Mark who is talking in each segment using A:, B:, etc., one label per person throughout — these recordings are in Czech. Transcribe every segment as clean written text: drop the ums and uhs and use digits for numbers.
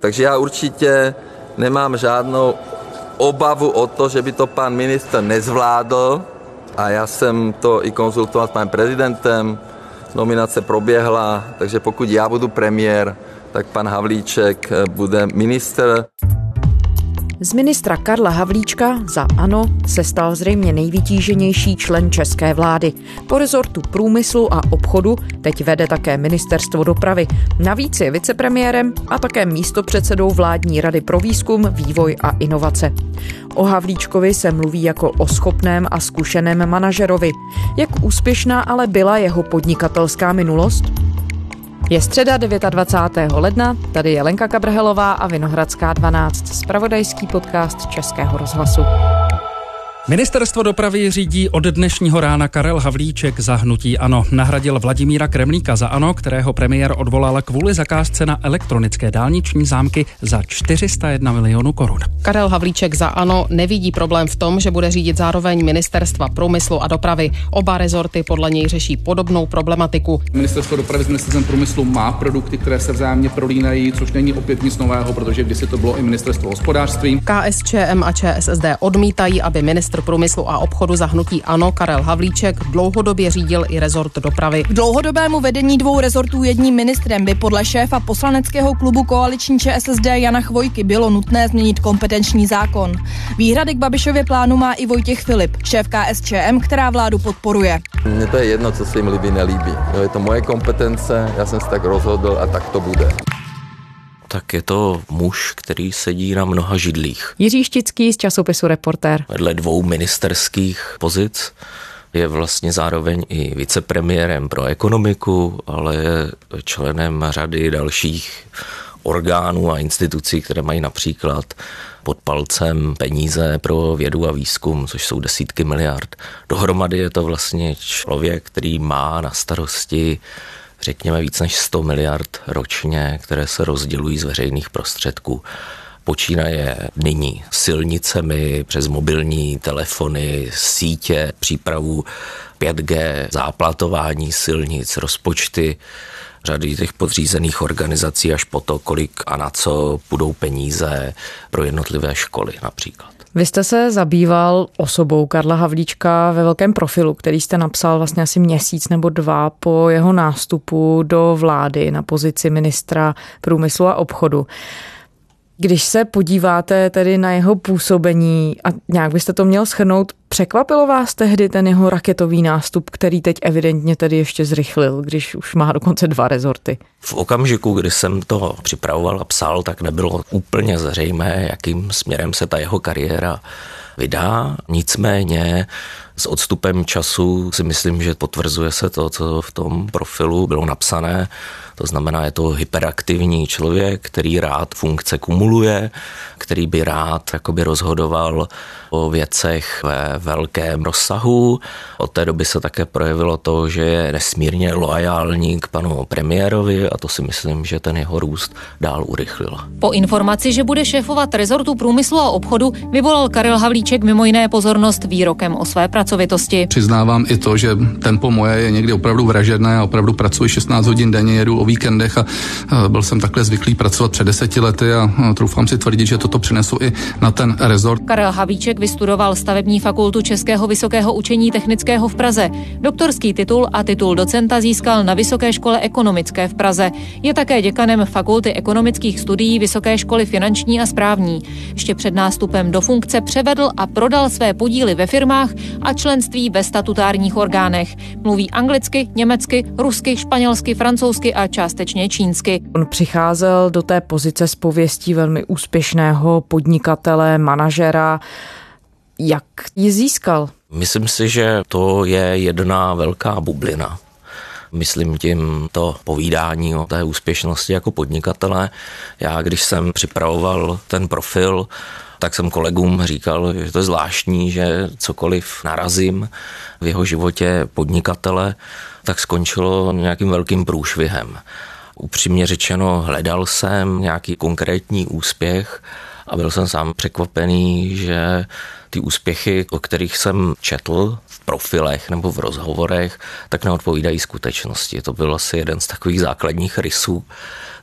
A: Takže já určitě nemám žádnou obavu o to, že by to pan ministr nezvládl a já jsem to i konzultoval s panem prezidentem, nominace proběhla, takže pokud já budu premiér, tak pan Havlíček bude ministr.
B: Z ministra Karla Havlíčka za ANO se stal zřejmě nejvytíženější člen české vlády. Po rezortu průmyslu a obchodu teď vede také ministerstvo dopravy. Navíc je vicepremiérem a také místopředsedou vládní rady pro výzkum, vývoj a inovace. O Havlíčkovi se mluví jako o schopném a zkušeném manažerovi. Jak úspěšná ale byla jeho podnikatelská minulost? Je středa 29. ledna, tady je Lenka Kabrhelová a Vinohradská 12, zpravodajský podcast Českého rozhlasu.
C: Ministerstvo dopravy řídí od dnešního rána Karel Havlíček za hnutí ANO. Nahradil Vladimíra Kremlíka za ANO, kterého premiér odvolal kvůli zakázce na elektronické dálniční zámky za 401 milionů korun.
D: Karel Havlíček za ANO nevidí problém v tom, že bude řídit zároveň ministerstva průmyslu a dopravy. Oba rezorty podle něj řeší podobnou problematiku.
E: Ministerstvo dopravy s ministerstvem průmyslu má produkty, které se vzájemně prolínají, což není opět nic nového, protože kdysi to bylo i ministerstvo hospodářství.
D: KSČM a ČSSD odmítají, aby ministr průmyslu a obchodu za hnutí ANO Karel Havlíček dlouhodobě řídil i rezort dopravy.
F: K dlouhodobému vedení dvou rezortů jedním ministrem by podle šéfa poslaneckého klubu koaliční ČSSD Jana Chvojky bylo nutné změnit kompetenční zákon. Výhrady k Babišově plánu má i Vojtěch Filip, šéf KSČM, která vládu podporuje.
A: Mně to je jedno, co se jim líbí, nelíbí. Je to moje kompetence, já jsem se tak rozhodl a tak to bude.
G: Tak je to muž, který sedí na mnoha židlích.
B: Jiří Štický z časopisu Reportér.
G: Vedle dvou ministerských pozic je vlastně zároveň i vicepremiérem pro ekonomiku, ale je členem řady dalších orgánů a institucí, které mají například pod palcem peníze pro vědu a výzkum, což jsou desítky miliard. Dohromady je to vlastně člověk, který má na starosti řekněme víc než 100 miliard ročně, které se rozdělují z veřejných prostředků. Počínaje nyní silnicemi, přes mobilní telefony, sítě, přípravu 5G, záplatování silnic, rozpočty řady těch podřízených organizací až po to, kolik a na co půjdou peníze pro jednotlivé školy například.
B: Vy jste se zabýval osobou Karla Havlíčka ve velkém profilu, který jste napsal vlastně asi měsíc nebo dva po jeho nástupu do vlády na pozici ministra průmyslu a obchodu. Když se podíváte tedy na jeho působení a nějak byste to měl shrnout, překvapilo vás tehdy ten jeho raketový nástup, který teď evidentně tedy ještě zrychlil, když už má dokonce 2 rezorty?
G: V okamžiku, kdy jsem to připravoval a psal, tak nebylo úplně zřejmé, jakým směrem se ta jeho kariéra vydá. Nicméně s odstupem času si myslím, že potvrzuje se to, co v tom profilu bylo napsané. To znamená, je to hyperaktivní člověk, který rád funkce kumuluje, který by rád jakoby rozhodoval o věcech ve velkém rozsahu. Od té doby se také projevilo to, že je nesmírně loajální k panu premiérovi a to si myslím, že ten jeho růst dál urychlil.
H: Po informaci, že bude šéfovat rezortu průmyslu a obchodu, vyvolal Karel Havlíček mimo jiné pozornost výrokem o své pracovitosti.
E: Přiznávám i to, že tempo moje je někdy opravdu vražedné a opravdu pracuji 16 hodin denně, jedu o víkendech a byl jsem takhle zvyklý pracovat před 10 lety a troufám si tvrdit, že toto přinesu i na ten rezort.
H: Karel Havlíček vystudoval stavební fakultu Českého vysokého učení technického v Praze. Doktorský titul a titul docenta získal na Vysoké škole ekonomické v Praze. Je také děkanem Fakulty ekonomických studií Vysoké školy finanční a správní. Ještě před nástupem do funkce převedl a prodal své podíly ve firmách a členství ve statutárních orgánech. Mluví anglicky, německy, rusky, španělsky, francouzsky a částečně čínsky.
B: On přicházel do té pozice s pověstí velmi úspěšného podnikatele, manažera. Jak ji získal?
G: Myslím si, že to je jedna velká bublina. Myslím tím to povídání o té úspěšnosti jako podnikatele. Já, když jsem připravoval ten profil, tak jsem kolegům říkal, že to je zvláštní, že cokoliv narazím v jeho životě podnikatele, tak skončilo nějakým velkým průšvihem. Upřímně řečeno, hledal jsem nějaký konkrétní úspěch a byl jsem sám překvapený, že ty úspěchy, o kterých jsem četl v profilech nebo v rozhovorech, tak neodpovídají skutečnosti. To byl asi jeden z takových základních rysů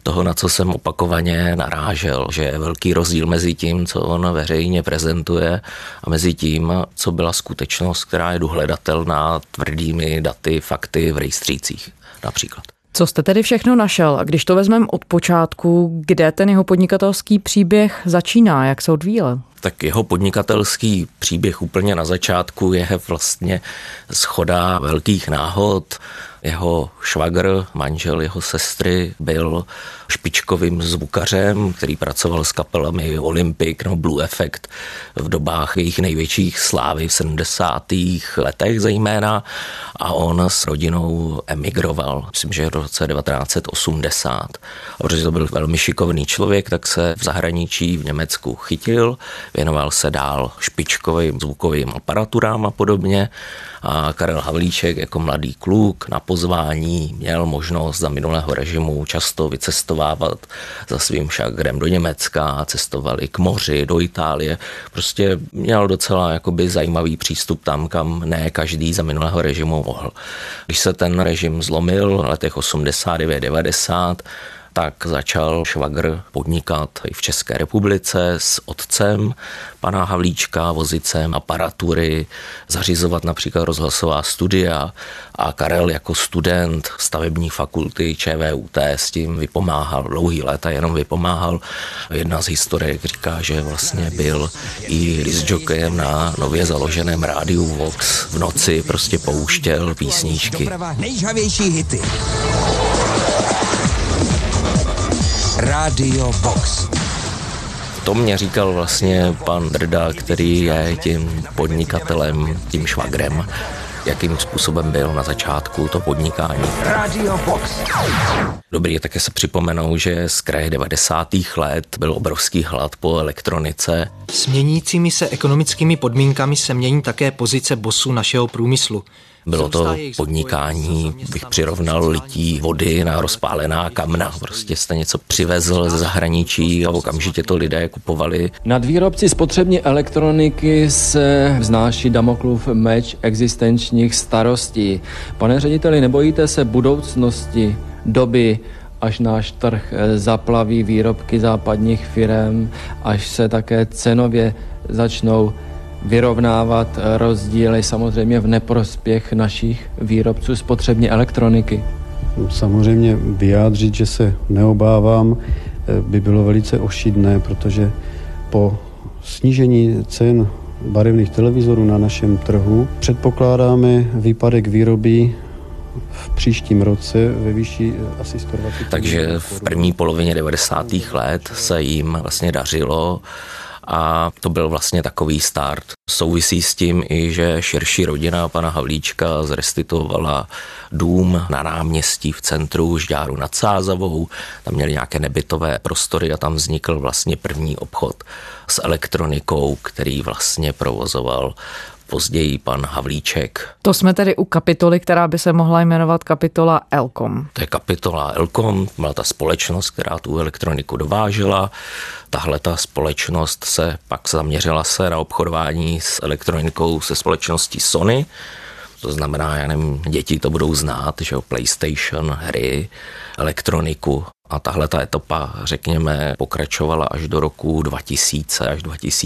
G: toho, na co jsem opakovaně narážel, že je velký rozdíl mezi tím, co on veřejně prezentuje a mezi tím, co byla skutečnost, která je dohledatelná tvrdými daty, fakty v rejstřících například.
B: Co jste tedy všechno našel? A když to vezmeme od počátku, kde ten jeho podnikatelský příběh začíná, jak se odvíjel?
G: Tak jeho podnikatelský příběh úplně na začátku je vlastně shoda velkých náhod. Jeho švagr, manžel jeho sestry, byl špičkovým zvukařem, který pracoval s kapelami Olympic nebo Blue Effect v dobách jejich největších slávy v 70. letech zejména, a on s rodinou emigroval, myslím, že v roce 1980. A protože to byl velmi šikovný člověk, tak se v zahraničí v Německu chytil, věnoval se dál špičkovým zvukovým aparaturám a podobně. A Karel Havlíček jako mladý kluk na pozvání měl možnost za minulého režimu často vycestovávat za svým šagrem do Německa, cestovali k moři, do Itálie. Prostě měl docela jakoby zajímavý přístup tam, kam ne každý za minulého režimu mohl. Když se ten režim zlomil v letech 89-90, tak začal švagr podnikat i v České republice s otcem pana Havlíčka, vozit sem aparatury, zařizovat například rozhlasová studia, a Karel jako student stavební fakulty ČVUT s tím vypomáhal dlouhý léta, jenom vypomáhal. Jedna z historiek říká, že vlastně byl i discjockeyem na nově založeném rádiu Vox. V noci prostě pouštěl písničky.
I: Nejžhavější hity. Radio Vox.
G: To mě říkal vlastně pan Drda, který je tím podnikatelem, tím švagrem, jakým způsobem byl na začátku to podnikání.
I: Radio Vox.
G: Dobrý je také se připomenout, že z kraje 90. let byl obrovský hlad po elektronice.
J: S měnícími se ekonomickými podmínkami se mění také pozice bossů našeho průmyslu.
G: Bylo to podnikání, bych přirovnal lití vody na rozpálená kamna. Prostě jste něco přivezl ze zahraničí a okamžitě to lidé kupovali.
K: Nad výrobci spotřební elektroniky se vznáší Damoklův meč existenčních starostí. Pane řediteli, nebojíte se budoucnosti, doby, až náš trh zaplaví výrobky západních firem, až se také cenově začnou vyrovnávat rozdíly samozřejmě v neprospěch našich výrobců spotřební elektroniky?
L: Samozřejmě vyjádřit, že se neobávám, by bylo velice ošidné, protože po snížení cen barevných televizorů na našem trhu předpokládáme výpadek výroby v příštím roce ve výši asi 120.
G: Takže v první polovině 90. let se jim vlastně dařilo, a to byl vlastně takový start. Souvisí s tím i, že širší rodina pana Havlíčka zrestituovala dům na náměstí v centru Žďáru nad Sázavou. Tam měli nějaké nebytové prostory a tam vznikl vlastně první obchod s elektronikou, který vlastně provozoval později pan Havlíček.
B: To jsme tedy u kapitoly, která by se mohla jmenovat kapitola Elkom.
G: To je kapitola Elkom, byla ta společnost, která tu elektroniku dovážela. Tahle ta společnost se pak zaměřila na obchodování s elektronikou se společností Sony. To znamená, já nevím, děti to budou znát, že jo, PlayStation, hry, elektroniku. A tahle ta etapa, řekněme, pokračovala až do roku 2000, až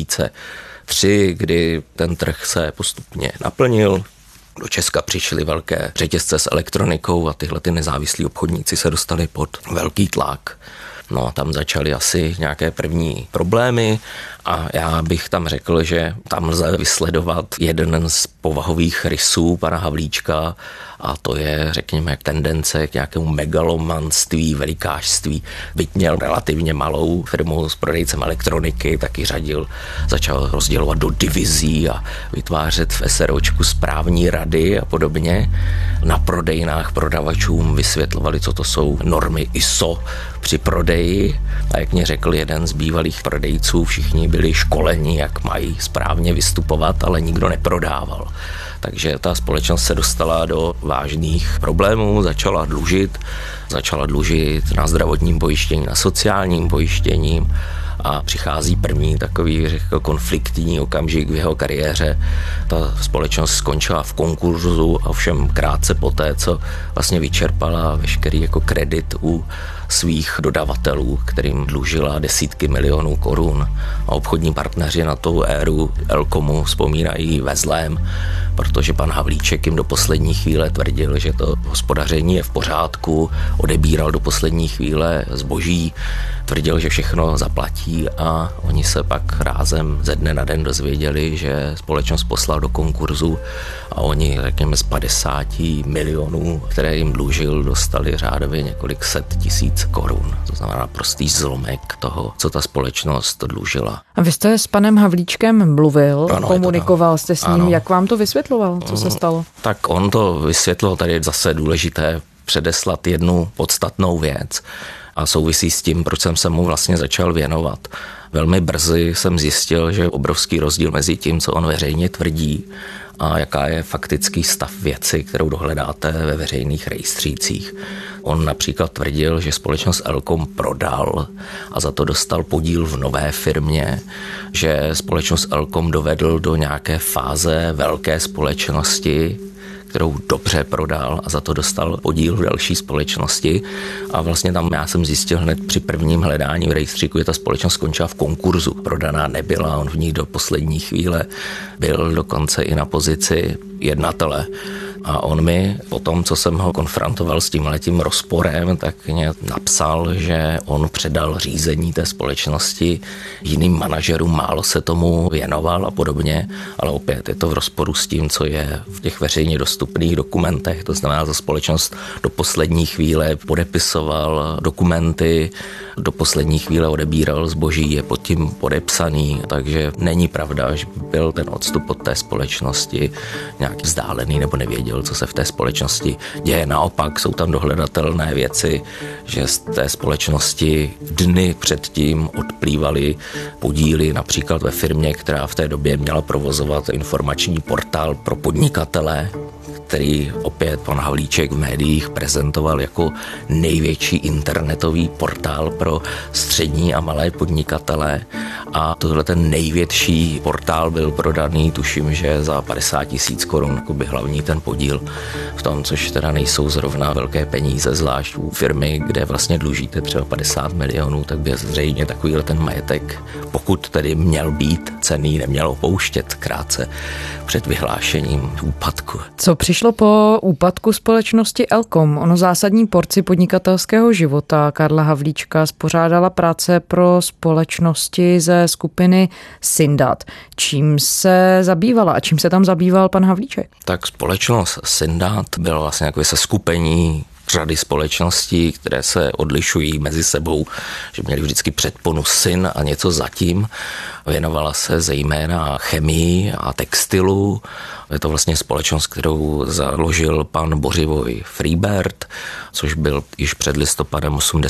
G: 2003, kdy ten trh se postupně naplnil. Do Česka přišly velké řetězce s elektronikou a tyhle ty nezávislí obchodníci se dostali pod velký tlak. No a tam začaly asi nějaké první problémy a já bych tam řekl, že tam lze vysledovat jeden z povahových rysů pana Havlíčka, a to je, řekněme, tendence k nějakému megalomanství, velikářství. Byť měl relativně malou firmu s prodejcem elektroniky, taky začal rozdělovat do divizí a vytvářet v SROčku správní rady a podobně. Na prodejnách prodavačům vysvětlovali, co to jsou normy ISO při prodeji, a jak mě řekl jeden z bývalých prodejců, všichni byli školeni, jak mají správně vystupovat, ale nikdo neprodával. Takže ta společnost se dostala do vážných problémů, začala dlužit na zdravotním pojištění, na sociálním pojištění a přichází první takový, řekl, konfliktní okamžik v jeho kariéře. Ta společnost skončila v konkurzu, ovšem krátce poté, co vlastně vyčerpala veškerý jako kredit u svých dodavatelů, kterým dlužila desítky milionů korun. A obchodní partneři na tu éru Elkomu vzpomínají ve zlém, protože pan Havlíček jim do poslední chvíle tvrdil, že to hospodaření je v pořádku, odebíral do poslední chvíle zboží, tvrdil, že všechno zaplatí a oni se pak rázem ze dne na den dozvěděli, že společnost poslal do konkurzu a oni, řekněme, z 50 milionů, které jim dlužil, dostali řádově několik set tisíc korun. To znamená prostý zlomek toho, co ta společnost dlužila.
B: A vy jste s panem Havlíčkem mluvil,
G: ano,
B: komunikoval jste s ním, ano. Jak vám to vysvětloval, co se stalo?
G: Tak on to vysvětlil, tady je zase důležité předeslat jednu podstatnou věc a souvisí s tím, proč jsem se mu vlastně začal věnovat. Velmi brzy jsem zjistil, že je obrovský rozdíl mezi tím, co on veřejně tvrdí a jaká je faktický stav věci, kterou dohledáte ve veřejných rejstřících. On například tvrdil, že společnost Elkom prodal a za to dostal podíl v nové firmě, že společnost Elkom dovedl do nějaké fáze velké společnosti, kterou dobře prodal a za to dostal podíl v další společnosti. A vlastně tam já jsem zjistil hned při prvním hledání v rejstříku, že ta společnost skončila v konkurzu. Prodaná nebyla, on v ní do poslední chvíle byl dokonce i na pozici jednatele. A on mi po tom, co jsem ho konfrontoval s tímhletím rozporem, tak mě napsal, že on předal řízení té společnosti jiným manažerům, málo se tomu věnoval a podobně, ale opět je to v rozporu s tím, co je v těch veřejně dostupných dokumentech. To znamená, že společnost do poslední chvíle podepisoval dokumenty, do poslední chvíle odebíral zboží, je pod tím podepsaný, takže není pravda, že byl ten odstup od té společnosti nějak vzdálený nebo nevěděl, co se v té společnosti děje. Naopak jsou tam dohledatelné věci, že z té společnosti dny předtím odplývaly podíly například ve firmě, která v té době měla provozovat informační portál pro podnikatele, který opět pan Havlíček v médiích prezentoval jako největší internetový portál pro střední a malé podnikatele. A tohle ten největší portál byl prodaný, tuším, že za 50 000 korun, jako by hlavní ten podíl v tom, což teda nejsou zrovna velké peníze, zvlášť u firmy, kde vlastně dlužíte třeba 50 milionů, tak by zřejmě takovýhle ten majetek, pokud tedy měl být cenný, neměl opouštět krátce před vyhlášením úpadku.
B: Co přišlo po úpadku společnosti Elkom? Ono zásadní porci podnikatelského života Karla Havlíčka spořádala práce pro společnosti ze skupiny Syndat. Čím se zabývala a čím se tam zabýval pan Havlíček?
G: Tak společnost Syndat byla vlastně takové seskupení řady společností, které se odlišují mezi sebou, že měli vždycky předponu syn a něco zatím. Věnovala se zejména chemii a textilu. Je to vlastně společnost, kterou založil pan Bořivoj Freibert, což byl již před listopadem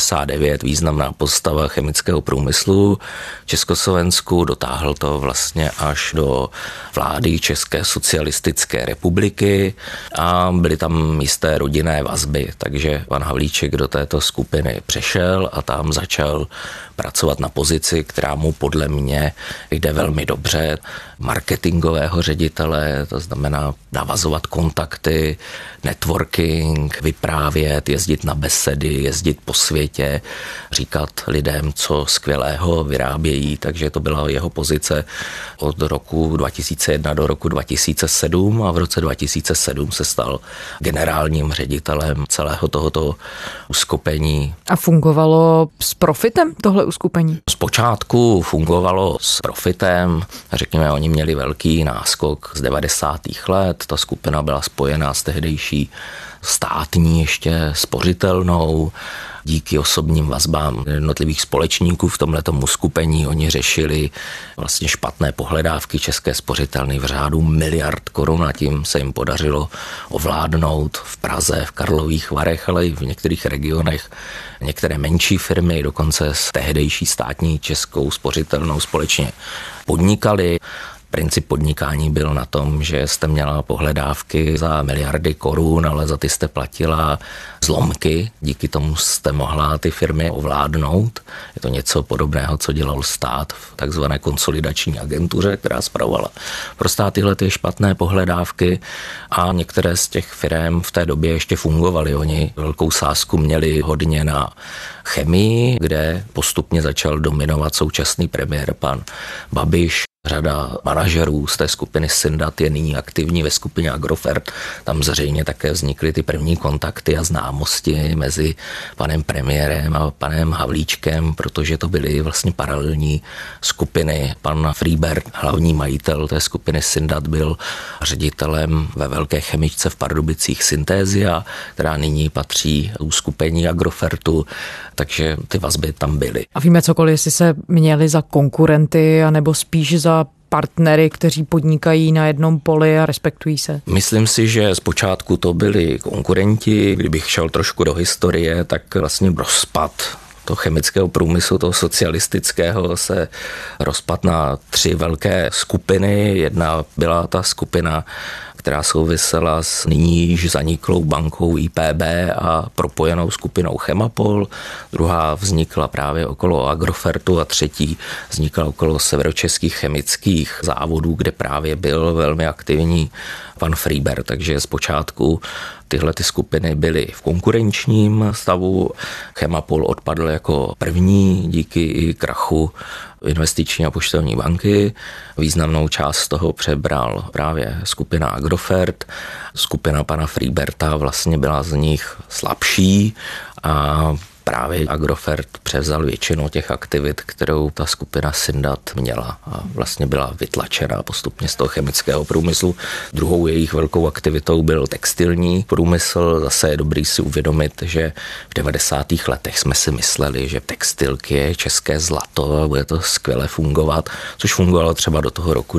G: 89 významná postava chemického průmyslu v Československu. Dotáhl to vlastně až do vlády České socialistické republiky a byly tam jisté rodinné vazby, takže pan Havlíček do této skupiny přešel a tam začal pracovat na pozici, která mu podle mě jde velmi dobře, marketingového ředitele, to znamená navazovat kontakty, networking, vyprávět, jezdit na besedy, jezdit po světě, říkat lidem, co skvělého vyrábějí, takže to byla jeho pozice od roku 2001 do roku 2007 a v roce 2007 se stal generálním ředitelem celého tohoto uskupení.
B: A fungovalo s profitem tohle uskupení?
G: Zpočátku fungovalo s profitem, řekněme, oni měli velký náskok z 90. let, ta skupina byla spojená s tehdejší státní ještě spořitelnou. Díky osobním vazbám jednotlivých společníků v tomhletom uskupení oni řešili vlastně špatné pohledávky České spořitelny v řádu miliard korun a tím se jim podařilo ovládnout v Praze, v Karlových Varech, ale i v některých regionech některé menší firmy, dokonce s tehdejší státní Českou spořitelnou společně podnikali. Princip podnikání byl na tom, že jste měla pohledávky za miliardy korun, ale za ty jste platila zlomky, díky tomu jste mohla ty firmy ovládnout. Je to něco podobného, co dělal stát v takzvané konsolidační agentuře, která spravovala pro stát tyhle ty špatné pohledávky a některé z těch firm v té době ještě fungovaly. Oni velkou sázku měli hodně na chemii, kde postupně začal dominovat současný premiér pan Babiš. Řada manažerů z té skupiny Syndat je nyní aktivní ve skupině Agrofert. Tam zřejmě také vznikly ty první kontakty a známosti mezi panem premiérem a panem Havlíčkem, protože to byly vlastně paralelní skupiny. Pan Freibert, hlavní majitel té skupiny Syndat, byl ředitelem ve velké chemičce v Pardubicích Synthesia, která nyní patří uskupení Agrofertu, takže ty vazby tam byly.
B: A víme cokoliv, jestli se měli za konkurenty, anebo spíš za partnery, kteří podnikají na jednom poli a respektují se?
G: Myslím si, že zpočátku to byli konkurenti. Kdybych šel trošku do historie, tak vlastně rozpad toho chemického průmyslu, toho socialistického, se rozpad na 3 velké skupiny. Jedna byla ta skupina, která souvisela s nyní již zaniklou bankou IPB a propojenou skupinou Chemapol. Druhá vznikla právě okolo Agrofertu a třetí vznikla okolo severočeských chemických závodů, kde právě byl velmi aktivní pan Freibert. Takže zpočátku tyhle ty skupiny byly v konkurenčním stavu. Chemapol odpadl jako první díky i krachu investiční a poštovní banky. Významnou část z toho přebral právě skupina Agrofert. Skupina pana Freiberta vlastně byla z nich slabší a právě Agrofert převzal většinu těch aktivit, kterou ta skupina Syndat měla a vlastně byla vytlačena postupně z toho chemického průmyslu. Druhou jejich velkou aktivitou byl textilní průmysl. Zase je dobrý si uvědomit, že v 90. letech jsme si mysleli, že textilky je české zlato a bude to skvěle fungovat, což fungovalo třeba do toho roku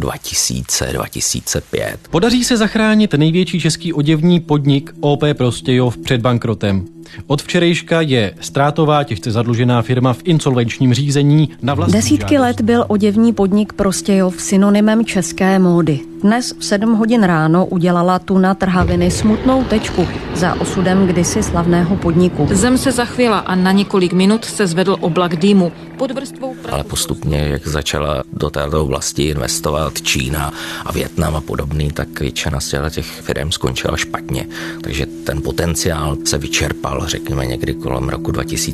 G: 2000-2005.
M: Podaří se zachránit největší český oděvní podnik OP Prostějov před bankrotem. Od včerejška je ztrátová, těžce zadlužená firma v insolvenčním řízení na vlastní
N: Desítky
M: žádost.
N: let byl oděvní podnik Prostějov synonymem české módy. Dnes v 7 hodin ráno udělala Tuna Trhaviny smutnou tečku za osudem kdysi slavného podniku.
H: Zem se zachvěla a na několik minut se zvedl oblak dýmu. Pod vrstvou
G: Ale postupně, jak začala do této oblasti investovat Čína a Vietnam a podobný, tak většina z těch firm skončila špatně. Takže ten potenciál se vyčerpal, řekněme, někdy kolem roku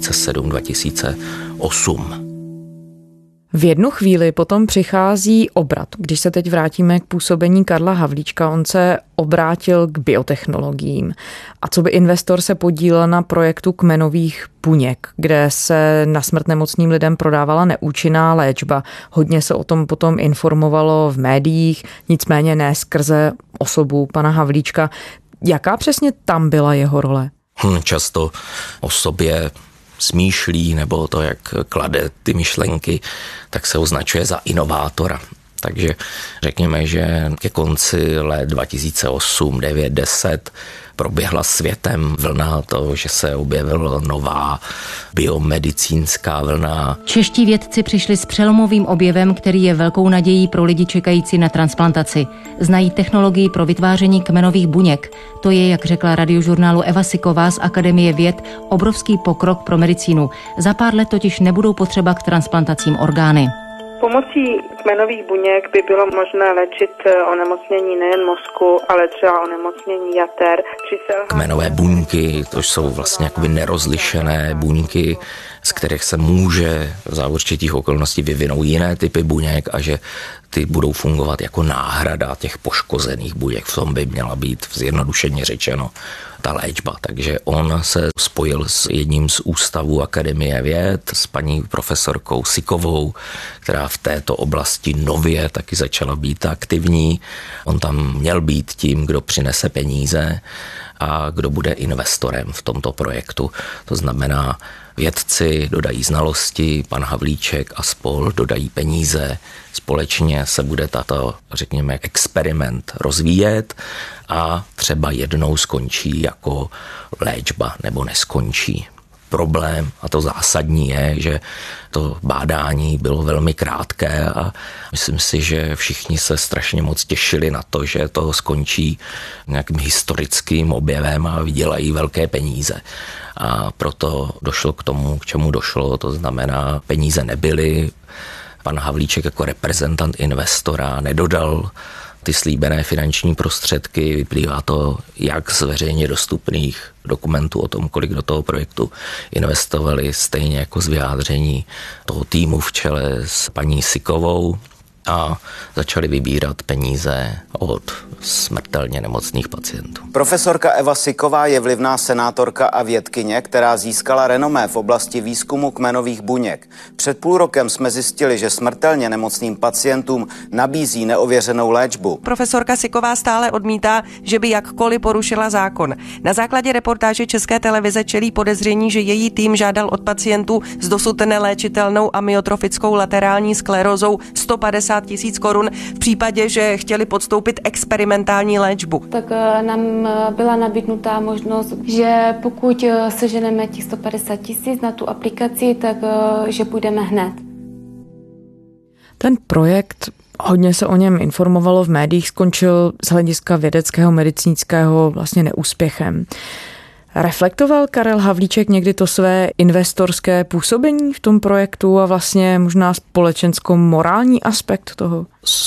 G: 2007-2008.
B: V jednu chvíli potom přichází obrat. Když se teď vrátíme k působení Karla Havlíčka, on se obrátil k biotechnologiím. A co by investor se podílel na projektu kmenových buněk, kde se na smrt nemocným lidem prodávala neúčinná léčba. Hodně se o tom potom informovalo v médiích, nicméně ne skrze osobu pana Havlíčka. Jaká přesně tam byla jeho role?
G: Často o sobě smýšlí, nebo to, jak klade ty myšlenky, tak se označuje za inovátora. Takže řekněme, že ke konci let 2008, 9, 10 proběhla světem vlna toho, že se objevila nová biomedicínská vlna.
O: Čeští vědci přišli s přelomovým objevem, který je velkou nadějí pro lidi čekající na transplantaci. Znají technologii pro vytváření kmenových buněk. To je, jak řekla radiožurnálu Eva Siková z Akademie věd, obrovský pokrok pro medicínu. Za pár let totiž nebudou potřeba k transplantacím orgány.
P: Pomocí kmenových buněk by bylo možné léčit onemocnění nejen mozku, ale třeba onemocnění jater.
G: Kmenové buňky, to jsou vlastně jakoby nerozlišené buňky, z kterých se může za určitých okolností vyvinout jiné typy buněk a že ty budou fungovat jako náhrada těch poškozených buněk. V tom by měla být zjednodušeně řečeno ta léčba. Takže on se spojil s jedním z ústavů Akademie věd, s paní profesorkou Sikovou, která v této oblasti nově taky začala být aktivní. On tam měl být tím, kdo přinese peníze a kdo bude investorem v tomto projektu. To znamená, vědci dodají znalosti, pan Havlíček a spol dodají peníze, společně se bude tato, řekněme, experiment rozvíjet a třeba jednou skončí jako léčba nebo neskončí. problém a to zásadní je, že to bádání bylo velmi krátké a myslím si, že všichni se strašně moc těšili na to, že to skončí nějakým historickým objevem a vydělají velké peníze. A proto došlo k tomu, k čemu došlo, to znamená, peníze nebyly. Pan Havlíček jako reprezentant investora nedodal ty slíbené finanční prostředky, vyplývá to jak z veřejně dostupných dokumentů o tom, kolik do toho projektu investovali, stejně jako z vyjádření toho týmu v čele s paní Sikovou a začali vybírat peníze od smrtelně nemocných pacientů.
Q: Profesorka Eva Siková je vlivná senátorka a vědkyně, která získala renomé v oblasti výzkumu kmenových buněk. Před půl rokem jsme zjistili, že smrtelně nemocným pacientům nabízí neověřenou léčbu.
R: Profesorka Siková stále odmítá, že by jakkoliv porušila zákon. Na základě reportáže České televize čelí podezření, že její tým žádal od pacientů s dosud neléčitelnou amyotrofickou laterální sklerózou 150 000 korun v případě, že chtěli podstoupit experimentální léčbu.
S: Tak nám byla nabídnutá možnost, že pokud seženeme těch 150 000 na tu aplikaci, tak že půjdeme hned.
B: Ten projekt, hodně se o něm informovalo v médiích, skončil z hlediska vědeckého, medicínského vlastně neúspěchem. Reflektoval Karel Havlíček někdy to své investorské působení v tom projektu a vlastně možná společensko-morální aspekt toho?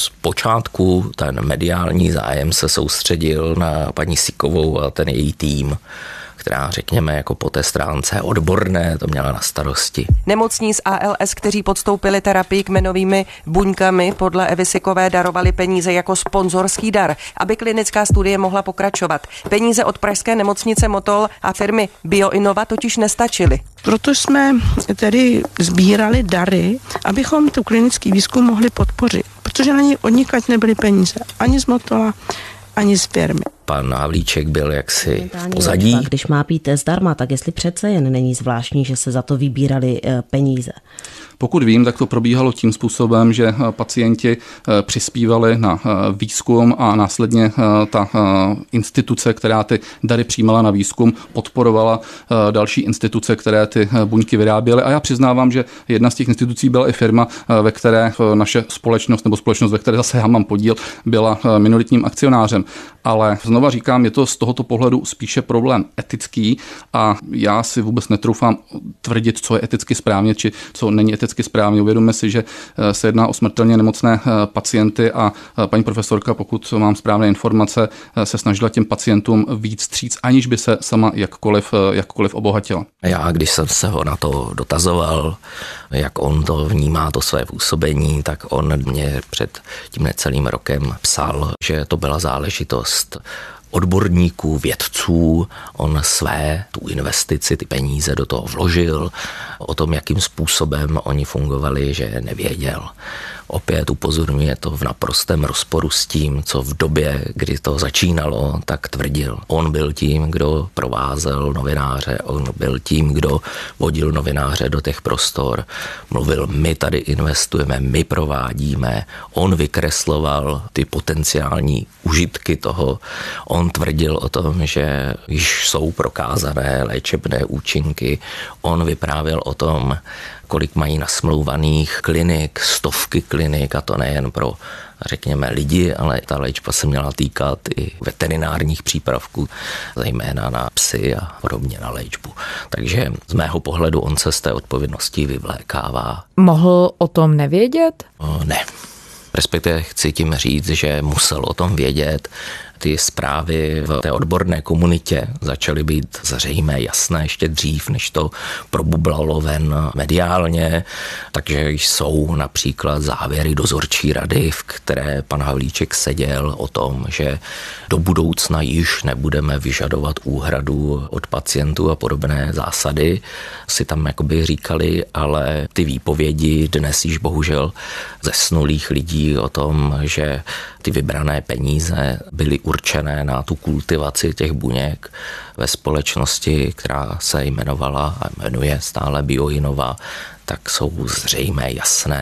G: Zpočátku ten mediální zájem se soustředil na paní Sikovou a ten její tým, která, řekněme, jako po té stránce odborné to měla na starosti.
R: Nemocní z ALS, kteří podstoupili terapii kmenovými buňkami, podle Evy Sikové darovali peníze jako sponzorský dar, aby klinická studie mohla pokračovat. Peníze od pražské nemocnice Motol a firmy Bioinnova totiž nestačily.
T: Proto jsme tedy sbírali dary, abychom tu klinický výzkum mohli podpořit, protože na něj odnikud nebyly peníze ani z Motola, ani z firmy.
G: Pan Havlíček byl jaksi v pozadí.
U: Když má být zdarma, tak jestli přece jen není zvláštní, že se za to vybírali peníze.
E: Pokud vím, tak to probíhalo tím způsobem, že pacienti přispívali na výzkum a následně ta instituce, která ty dary přijímala na výzkum, podporovala další instituce, které ty buňky vyráběly. A já přiznávám, že jedna z těch institucí byla i firma, ve které naše společnost, nebo společnost, ve které zase já mám podíl, byla minoritním akcionářem. Ale znova říkám, je to z tohoto pohledu spíše problém etický a já si vůbec netroufám tvrdit, co je eticky správně, či co není eticky správně. Uvědomme si, že se jedná o smrtelně nemocné pacienty a paní profesorka, pokud mám správné informace, se snažila těm pacientům víc vstříc, aniž by se sama jakkoliv obohatila.
G: Já, když jsem se ho na to dotazoval, jak on to vnímá, to své působení, tak on mě před tím necelým rokem psal, že to byla záležitost odborníků, vědců, on tu investici, ty peníze do toho vložil, o tom, jakým způsobem oni fungovali, že nevěděl. Opět upozorňuje to v naprostém rozporu s tím, co v době, kdy to začínalo, tak tvrdil. On byl tím, kdo provázel novináře, on byl tím, kdo vodil novináře do těch prostor. Mluvil, my tady investujeme, my provádíme. On vykresloval ty potenciální užitky toho. On tvrdil o tom, že již jsou prokázané léčebné účinky. On vyprávěl o tom, kolik mají nasmlouvaných klinik, stovky klinik, a to nejen pro, řekněme, lidi, ale ta léčba se měla týkat i veterinárních přípravků, zejména na psy a podobně na léčbu. Takže z mého pohledu on se z té odpovědnosti vyvlékává.
B: Mohl o tom nevědět?
G: Ne. Respektive chci tím říct, že musel o tom vědět. Ty zprávy v té odborné komunitě začaly být zřejmé, jasné ještě dřív, než to probublalo ven mediálně, takže jsou například závěry dozorčí rady, v které pan Havlíček seděl o tom, že do budoucna již nebudeme vyžadovat úhradu od pacientů a podobné zásady, si tam jakoby říkali, ale ty výpovědi dnes již bohužel zesnulých lidí o tom, že ty vybrané peníze byly určené na tu kultivaci těch buněk ve společnosti, která se jmenovala a jmenuje stále Bioinnova, tak jsou zřejmé, jasné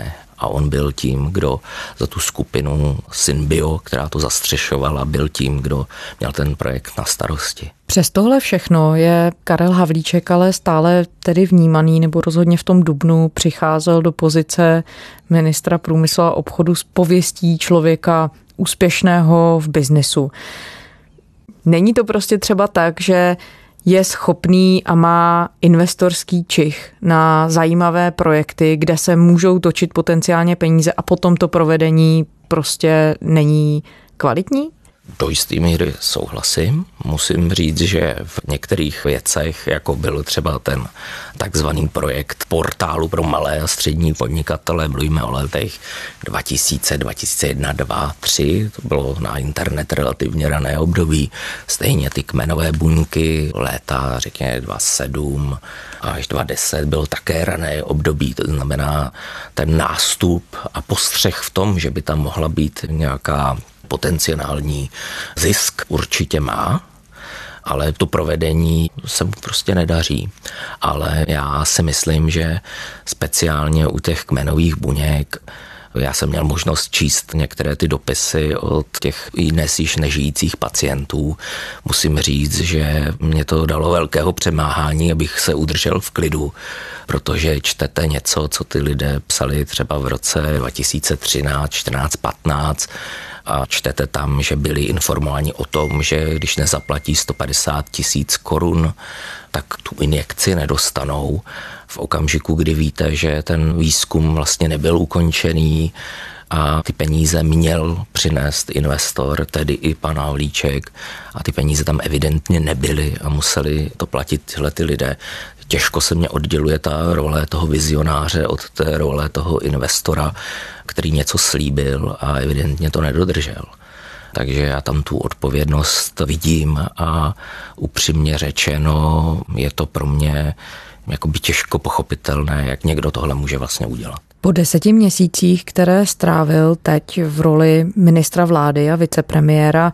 G: a on byl tím, kdo za tu skupinu Synbio, která to zastřešovala, byl tím, kdo měl ten projekt na starosti.
B: Přes tohle všechno je Karel Havlíček ale stále tedy vnímaný, nebo rozhodně v tom dubnu přicházel do pozice ministra průmyslu a obchodu s pověstí člověka úspěšného v biznesu. Není to prostě třeba tak, že je schopný a má investorský čich na zajímavé projekty, kde se můžou točit potenciálně peníze a potom to provedení prostě není kvalitní?
G: Do jistý míry souhlasím. Musím říct, že v některých věcech, jako byl třeba ten takzvaný projekt portálu pro malé a střední podnikatele, mluvíme o letech 2000, 2001, 2002, 2003, to bylo na internet relativně rané období, stejně ty kmenové buňky léta, řekněme 2007 až 2010 bylo také rané období, to znamená ten nástup a postřeh v tom, že by tam mohla být nějaká potenciální zisk určitě má, ale to provedení se mu prostě nedaří. Ale já si myslím, že speciálně u těch kmenových buněk, já jsem měl možnost číst některé ty dopisy od těch dnes již nežijících pacientů. Musím říct, že mě to dalo velkého přemáhání, abych se udržel v klidu, protože čtete něco, co ty lidé psali třeba v roce 2013, 14, 15 a čtete tam, že byli informováni o tom, že když nezaplatí 150 000 korun, tak tu injekci nedostanou. V okamžiku, kdy víte, že ten výzkum vlastně nebyl ukončený a ty peníze měl přinést investor, tedy i pan Havlíček, a ty peníze tam evidentně nebyly a museli to platit tyhle ty lidé. Těžko se mě odděluje ta role toho vizionáře od té role toho investora, který něco slíbil a evidentně to nedodržel. Takže já tam tu odpovědnost vidím a upřímně řečeno je to pro mě jakoby těžko pochopitelné, jak někdo tohle může vlastně udělat.
B: Po 10 měsících, které strávil teď v roli ministra vlády a vicepremiéra,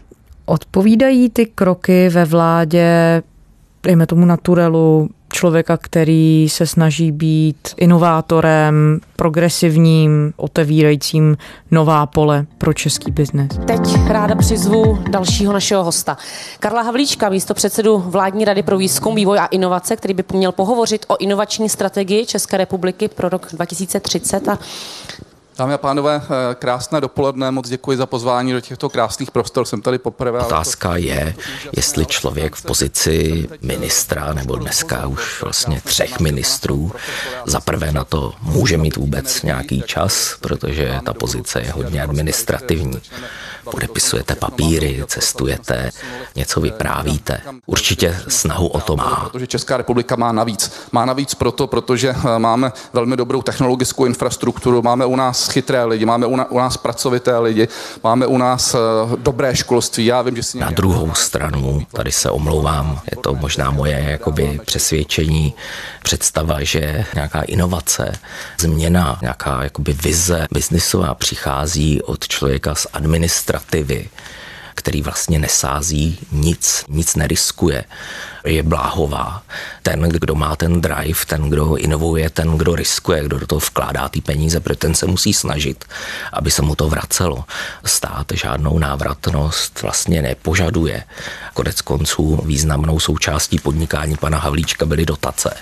B: odpovídají ty kroky ve vládě, dejme tomu naturelu, člověka, který se snaží být inovátorem, progresivním, otevírajícím nová pole pro český biznes.
C: Teď ráda přizvu dalšího našeho hosta. Karla Havlíčka, místopředsedu Vládní rady pro výzkum, vývoj a inovace, který by měl pohovořit o inovační strategii České republiky pro rok 2030.
E: Dámy a pánové, krásné dopoledne, moc děkuji za pozvání do těchto krásných prostor, jsem tady poprvé.
G: Otázka je, jestli člověk v pozici ministra, nebo dneska už vlastně 3 ministrů, zaprvé na to může mít vůbec nějaký čas, protože ta pozice je hodně administrativní. Podepisujete papíry, cestujete, něco vyprávíte. Určitě snahu o to má.
E: Protože Česká republika má navíc. Má navíc protože máme velmi dobrou technologickou infrastrukturu, máme u nás chytré lidi, máme u nás pracovité lidi, máme u nás dobré školství. Já vím, že si
G: na druhou stranu, tady se omlouvám, je to možná moje jakoby přesvědčení, představa, že nějaká inovace, změna, nějaká jakoby vize biznisová přichází od člověka z administrativy, který vlastně nesází nic neriskuje, je bláhová. Ten, kdo má ten drive, ten, kdo inovuje, ten, kdo riskuje, kdo do toho vkládá ty peníze, protože ten se musí snažit, aby se mu to vracelo. Stát žádnou návratnost vlastně nepožaduje. Konec konců významnou součástí podnikání pana Havlíčka byly dotace.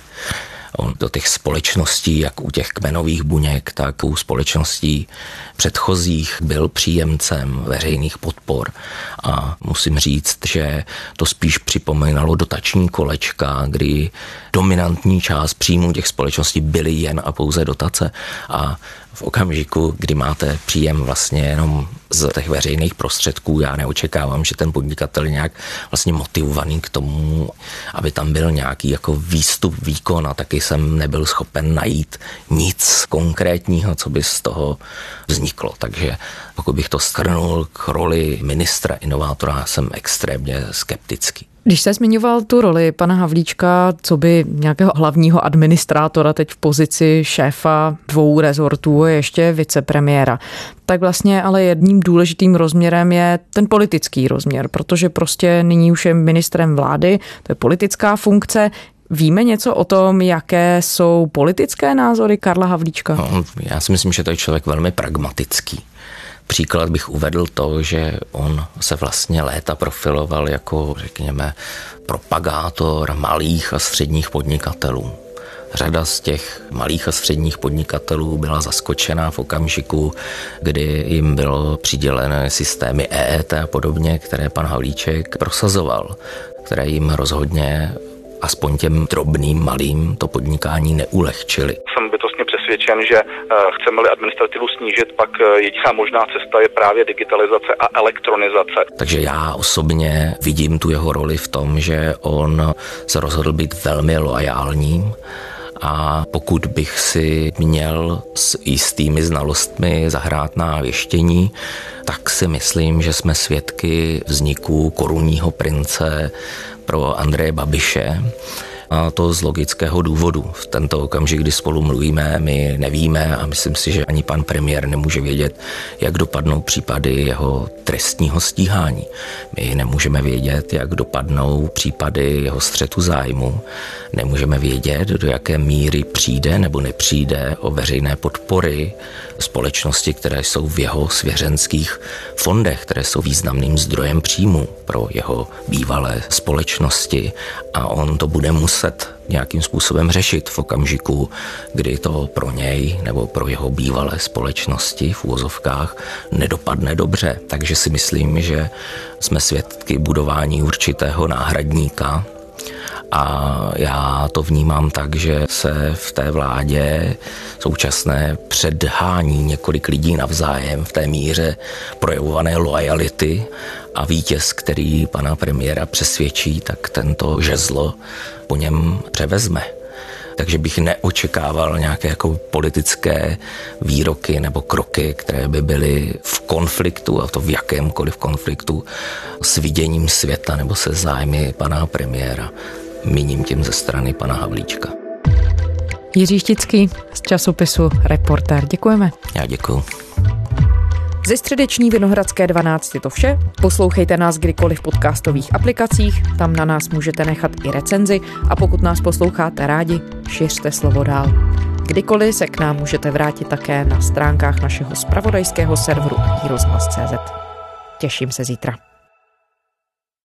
G: On do těch společností, jak u těch kmenových buněk, tak u společností předchozích byl příjemcem veřejných podpor. A musím říct, že to spíš připomínalo dotační kolečka, kdy dominantní část příjmů těch společností byly jen a pouze dotace. A v okamžiku, kdy máte příjem vlastně jenom z těch veřejných prostředků, já neočekávám, že ten podnikatel je nějak vlastně motivovaný k tomu, aby tam byl nějaký jako výstup, výkon, a taky jsem nebyl schopen najít nic konkrétního, co by z toho vzniklo. Takže pokud bych to shrnul k roli ministra inovátora, jsem extrémně skeptický.
B: Když jste zmiňoval tu roli pana Havlíčka, co by nějakého hlavního administrátora teď v pozici šéfa 2 rezortů a ještě vicepremiéra, tak vlastně ale jedním důležitým rozměrem je ten politický rozměr, protože prostě nyní už je ministrem vlády, to je politická funkce. Víme něco o tom, jaké jsou politické názory Karla Havlíčka?
G: No, já si myslím, že to je člověk velmi pragmatický. Příklad bych uvedl to, že on se vlastně léta profiloval jako, řekněme, propagátor malých a středních podnikatelů. Řada z těch malých a středních podnikatelů byla zaskočená v okamžiku, kdy jim bylo přidělené systémy EET a podobně, které pan Havlíček prosazoval, které jim rozhodně aspoň těm drobným, malým to podnikání neulehčili.
D: Jsem bytostně přesvědčen, že chceme-li administrativu snížit, pak jediná možná cesta je právě digitalizace a elektronizace.
G: Takže já osobně vidím tu jeho roli v tom, že on se rozhodl být velmi loajálním, a pokud bych si měl s jistými znalostmi zahrát na věštění, tak si myslím, že jsme svědky vzniku korunního prince pro Andreje Babiše. A to z logického důvodu. V tento okamžik, kdy spolu mluvíme, my nevíme a myslím si, že ani pan premiér nemůže vědět, jak dopadnou případy jeho trestního stíhání. My nemůžeme vědět, jak dopadnou případy jeho střetu zájmu. Nemůžeme vědět, do jaké míry přijde nebo nepřijde o veřejné podpory společnosti, které jsou v jeho svěřenských fondech, které jsou významným zdrojem příjmu pro jeho bývalé společnosti, a on to bude muset nějakým způsobem řešit v okamžiku, kdy to pro něj nebo pro jeho bývalé společnosti v úvozovkách nedopadne dobře. Takže si myslím, že jsme svědky budování určitého náhradníka. A já to vnímám tak, že se v té vládě současné předhání několik lidí navzájem v té míře projevované loajality, a vítěz, který pana premiéra přesvědčí, tak tento žezlo po něm převezme. Takže bych neočekával nějaké jako politické výroky nebo kroky, které by byly v konfliktu, a to v jakémkoliv konfliktu, s viděním světa nebo se zájmy pana premiéra. Míním tím ze strany pana Havlíčka.
B: Jiří Štický z časopisu Reportér. Děkujeme.
G: Já děkuju.
B: Ze středeční Vinohradské 12 je to vše. Poslouchejte nás kdykoliv v podcastových aplikacích, tam na nás můžete nechat i recenzi, a pokud nás posloucháte rádi, šiřte slovo dál. Kdykoliv se k nám můžete vrátit také na stránkách našeho zpravodajského serveru iRozhlas.cz. Těším se zítra.